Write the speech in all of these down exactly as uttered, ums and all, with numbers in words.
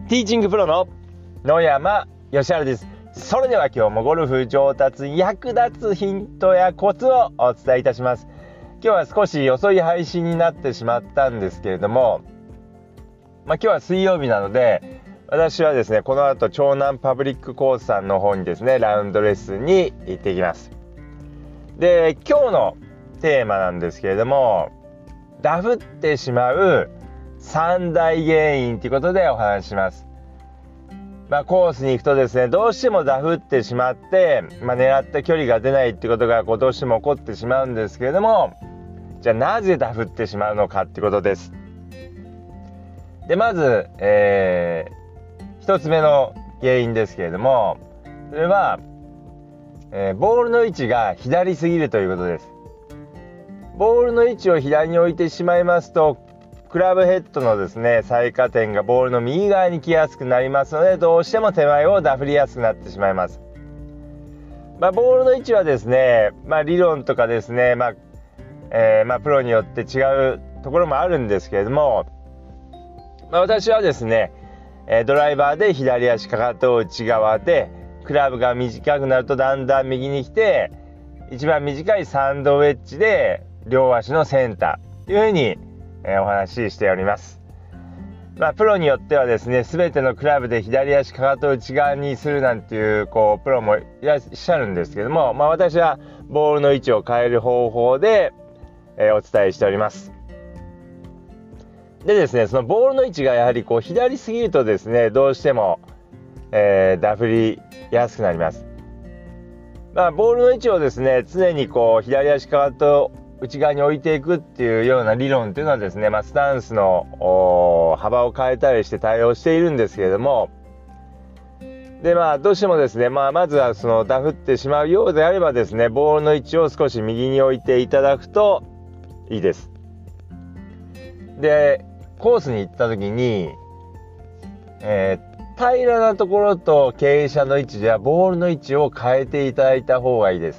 ティーチングプロの野山義晴です。それでは今日もゴルフ上達に役立つヒントやコツをお伝えいたします。今日は少し遅い配信になってしまったんですけれども、まあ、今日は水曜日なので私はですねこの後長南パブリックコースさんの方にですねラウンドレッスンに行ってきます。で今日のテーマなんですけれども、ダフってしまう三大原因ということでお話しします。まあ、コースに行くとですねどうしてもダフってしまって、まあ、狙った距離が出ないっていうことがこうどうしても起こってしまうんですけれども、じゃあなぜダフってしまうのかっていうことです。でまず、えー、一つ目の原因ですけれども、それは、えー、ボールの位置が左すぎるということです。ボールの位置を左に置いてしまいますと、クラブヘッドのですね最下点がボールの右側に来やすくなりますので、どうしても手前をダフりやすくなってしまいます。まあ、ボールの位置はですね、まあ、理論とかですね、まあえーまあ、プロによって違うところもあるんですけれども、まあ、私はですねドライバーで左足かかと内側で、クラブが短くなるとだんだん右に来て、一番短いサンドウェッジで両足のセンターというふうにえー、お話ししております。まあ、プロによってはですね全てのクラブで左足かかと内側にするなんていうこうプロもいらっしゃるんですけども、まあ、私はボールの位置を変える方法で、えー、お伝えしております。でですねそのボールの位置がやはりこう左すぎるとですねどうしても、えー、ダフりやすくなります。まあ、ボールの位置をですね常にこう左足かかと内側に置いていくっていうような理論っていうのはですね、まあ、スタンスの幅を変えたりして対応しているんですけれども、でまあどうしてもですね、まあ、まずはそのダフってしまうようであればですねボールの位置を少し右に置いていただくといいです。でコースに行った時に、えー、平らなところと傾斜の位置ではボールの位置を変えていただいた方がいいです。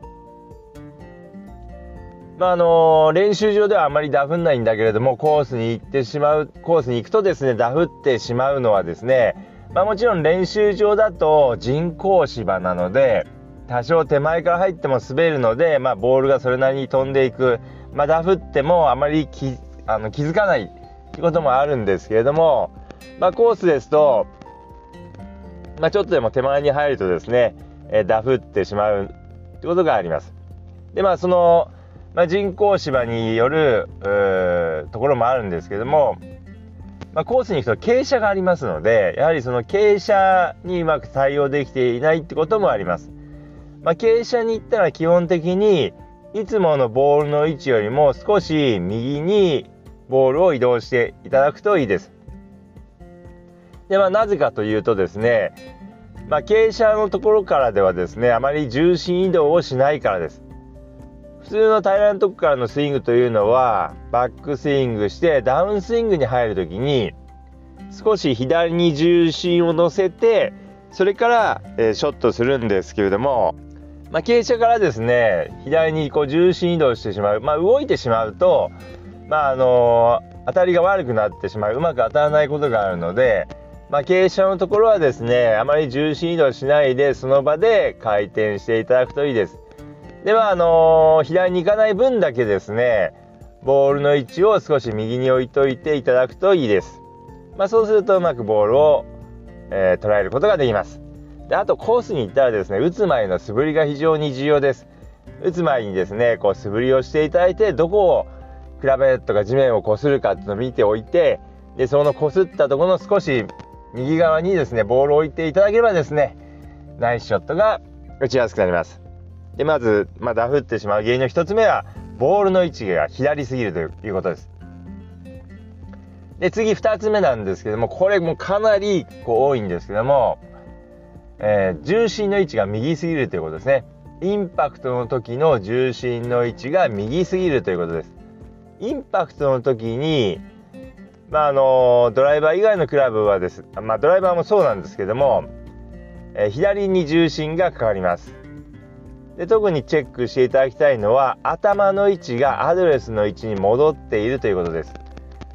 まああのー、練習場ではあまりダフんないんだけれども、コースに行ってしまうコースに行くとですねダフってしまうのはですね、まあ、もちろん練習場だと人工芝なので多少手前から入っても滑るので、まあ、ボールがそれなりに飛んでいく、まあ、ダフってもあまりきあの気づかないってこともあるんですけれども、まあ、コースですと、まあ、ちょっとでも手前に入るとですね、えダフってしまうってことがあります。でまあそのまあ、人工芝によるところもあるんですけども、まあ、コースに行くと傾斜がありますので、やはりその傾斜にうまく対応できていないってこともあります。まあ、傾斜に行ったら基本的にいつものボールの位置よりも少し右にボールを移動していただくといいです。で、まあ、なぜかというとですね、まあ、傾斜のところからではですねあまり重心移動をしないからです。普通の平らなとこからのスイングというのはバックスイングしてダウンスイングに入るときに少し左に重心を乗せてそれから、えー、ショットするんですけれども、まあ、傾斜からですね左にこう重心移動してしまう、まあ、動いてしまうと、まああのー、当たりが悪くなってしまう、うまく当たらないことがあるので、まあ、傾斜のところはですねあまり重心移動しないでその場で回転していただくといいです。ではあのー、左に行かない分だけですねボールの位置を少し右に置いといていただくといいです。まあ、そうするとうまくボールを、えー、捉えることができます。であとコースに行ったらですね打つ前の素振りが非常に重要です。打つ前にですねこう素振りをしていただいて、どこをクラブヘッドが地面をこするかっていうのを見ておいて、でそのこすったところの少し右側にですねボールを置いていただければですねナイスショットが打ちやすくなります。でまず、まあ、ダフってしまう原因の一つ目はボールの位置が左すぎるということです。で次二つ目なんですけども、これもかなりこう多いんですけども、えー、重心の位置が右すぎるということですね。インパクトの時の重心の位置が右すぎるということです。インパクトの時に、まああのドライバー以外のクラブはです、まあ、ドライバーもそうなんですけども、えー、左に重心がかかります。で特にチェックしていただきたいのは頭の位置がアドレスの位置に戻っているということです。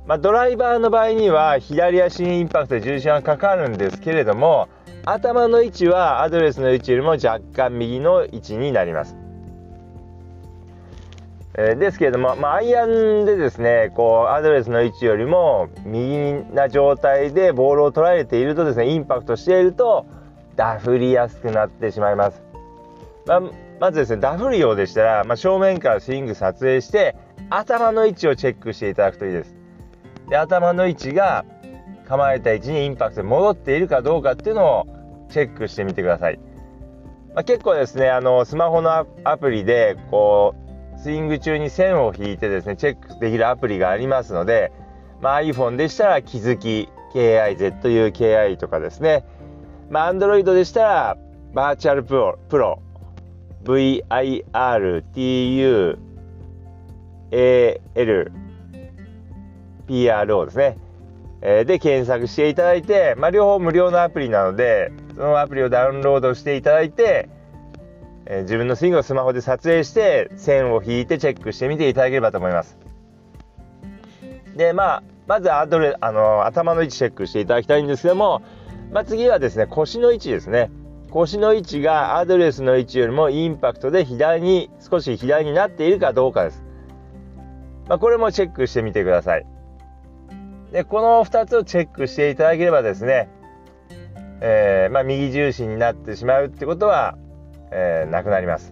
まあ、ドライバーの場合には左足にインパクトで重心がかかるんですけれども、頭の位置はアドレスの位置よりも若干右の位置になります。えー、ですけれども、まあ、アイアンでですね、こうアドレスの位置よりも右な状態でボールを捉えているとですね、インパクトしているとダフりやすくなってしまいます。まあ、まずですね、ダフるようでしたら、まあ、正面からスイング撮影して頭の位置をチェックしていただくといいです。で、頭の位置が構えた位置にインパクトで戻っているかどうかっていうのをチェックしてみてください。まあ、結構ですね、あのスマホのアプリでこうスイング中に線を引いてですねチェックできるアプリがありますので、まあ、iPhone でしたら気づき ケーアイゼットユーケーアイ とかですね、まあ、Android でしたらバーチャルプロプロ ブイアイアールティーユーエーエルピーアールオー ですね、えー、で検索していただいて、まあ、両方無料のアプリなのでそのアプリをダウンロードしていただいて、えー、自分のスイングをスマホで撮影して線を引いてチェックしてみていただければと思います。で、まあ、まずアドレあの頭の位置チェックしていただきたいんですけども、まあ、次はですね腰の位置ですね。腰の位置がアドレスの位置よりもインパクトで左に少し左になっているかどうかです。まあ、これもチェックしてみてください。で、このふたつをチェックしていただければですね、えーまあ、右重心になってしまうってことは、えー、なくなります。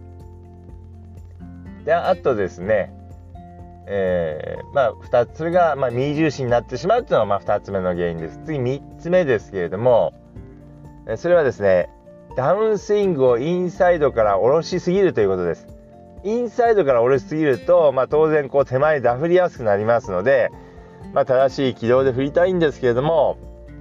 で、あとですね、えー、まあふたつ、それが、まあ、右重心になってしまうっていうのがまあふたつめの原因です。次みっつめですけれども、それはですね、ダウンスイングをインサイドから下ろしすぎるということです。インサイドから下ろしすぎると、まあ、当然こう手前にダフりやすくなりますので、まあ、正しい軌道で振りたいんですけれども、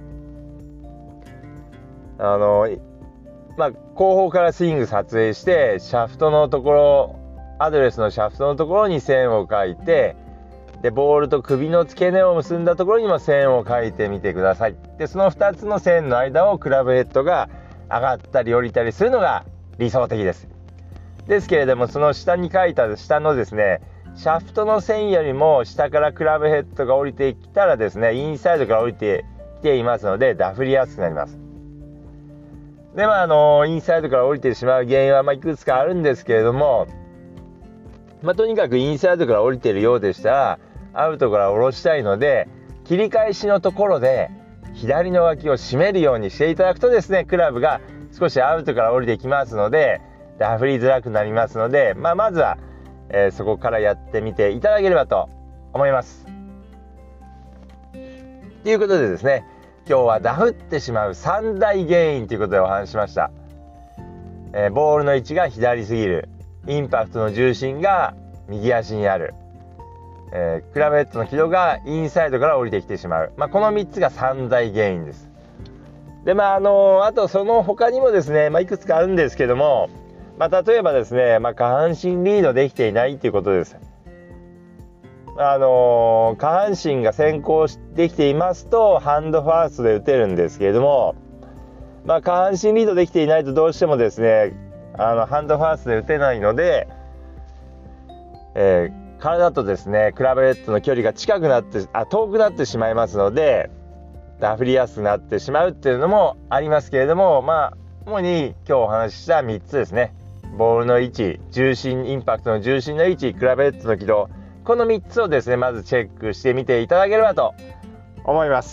あの、まあ、後方からスイング撮影してシャフトのところ、アドレスのシャフトのところに線を描いて、でボールと首の付け根を結んだところにも線を描いてみてください。でそのふたつの線の間をクラブヘッドが上がったり降りたりするのが理想的です。ですけれども、その下に描いた下のですねシャフトの線よりも下からクラブヘッドが降りてきたらですね、インサイドから降りてきていますのでダフりやすくなります。で、まああのインサイドから降りてしまう原因はまあいくつかあるんですけれども、まあ、とにかくインサイドから降りているようでしたらアウトから下ろしたいので、切り返しのところで左の脇を締めるようにしていただくとですね、クラブが少しアウトから降りてきますのでダフりづらくなりますので、まあ、まずは、えー、そこからやってみていただければと思います。ということでですね、今日はダフってしまうさん大原因ということでお話ししました。えー、ボールの位置が左すぎる、インパクトの重心が右足にある、えー、クラブヘッドの軌道がインサイドから降りてきてしまう、まあ、このみっつがさん大原因です。で、まああのー、あとその他にもですね、まあ、いくつかあるんですけども、まあ、例えばですね、まあ、下半身リードできていないということです。あのー、下半身が先行できていますとハンドファーストで打てるんですけれども、まあ、下半身リードできていないとどうしてもですね、あのハンドファーストで打てないので、えー、体とですねクラブヘッドの距離が近くなってあ遠くなってしまいますのでダフりやすくなってしまうっていうのもありますけれども、まあ主に今日お話ししたみっつですね。ボールの位置、重心、インパクトの重心の位置、クラブヘッドの軌道、このみっつをですねまずチェックしてみていただければと思います。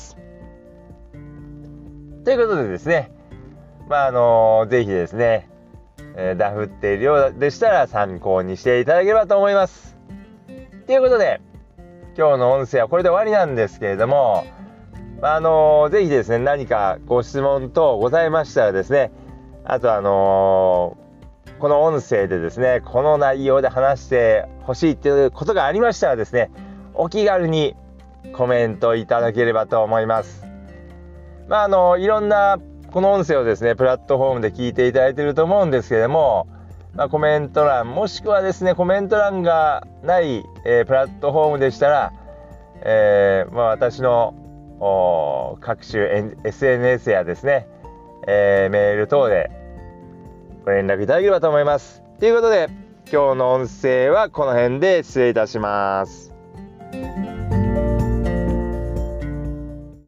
ということでですね、まああのー、ぜひですね、えー、ダフっているようでしたら参考にしていただければと思います。ということで今日の音声はこれで終わりなんですけれども、あのー、ぜひですね何かご質問等ございましたらですね、あとあのーこの音声でですねこの内容で話してほしいっていうことがありましたらですね、お気軽にコメントいただければと思います。まああのいろんなこの音声をですねプラットフォームで聞いていただいていると思うんですけれども、まあ、コメント欄もしくはですねコメント欄がない、えー、プラットフォームでしたら、えーまあ、私の各種 エスエヌエス やですね、えー、メール等でご連絡いただければと思います。ということで今日の音声はこの辺で失礼いたします。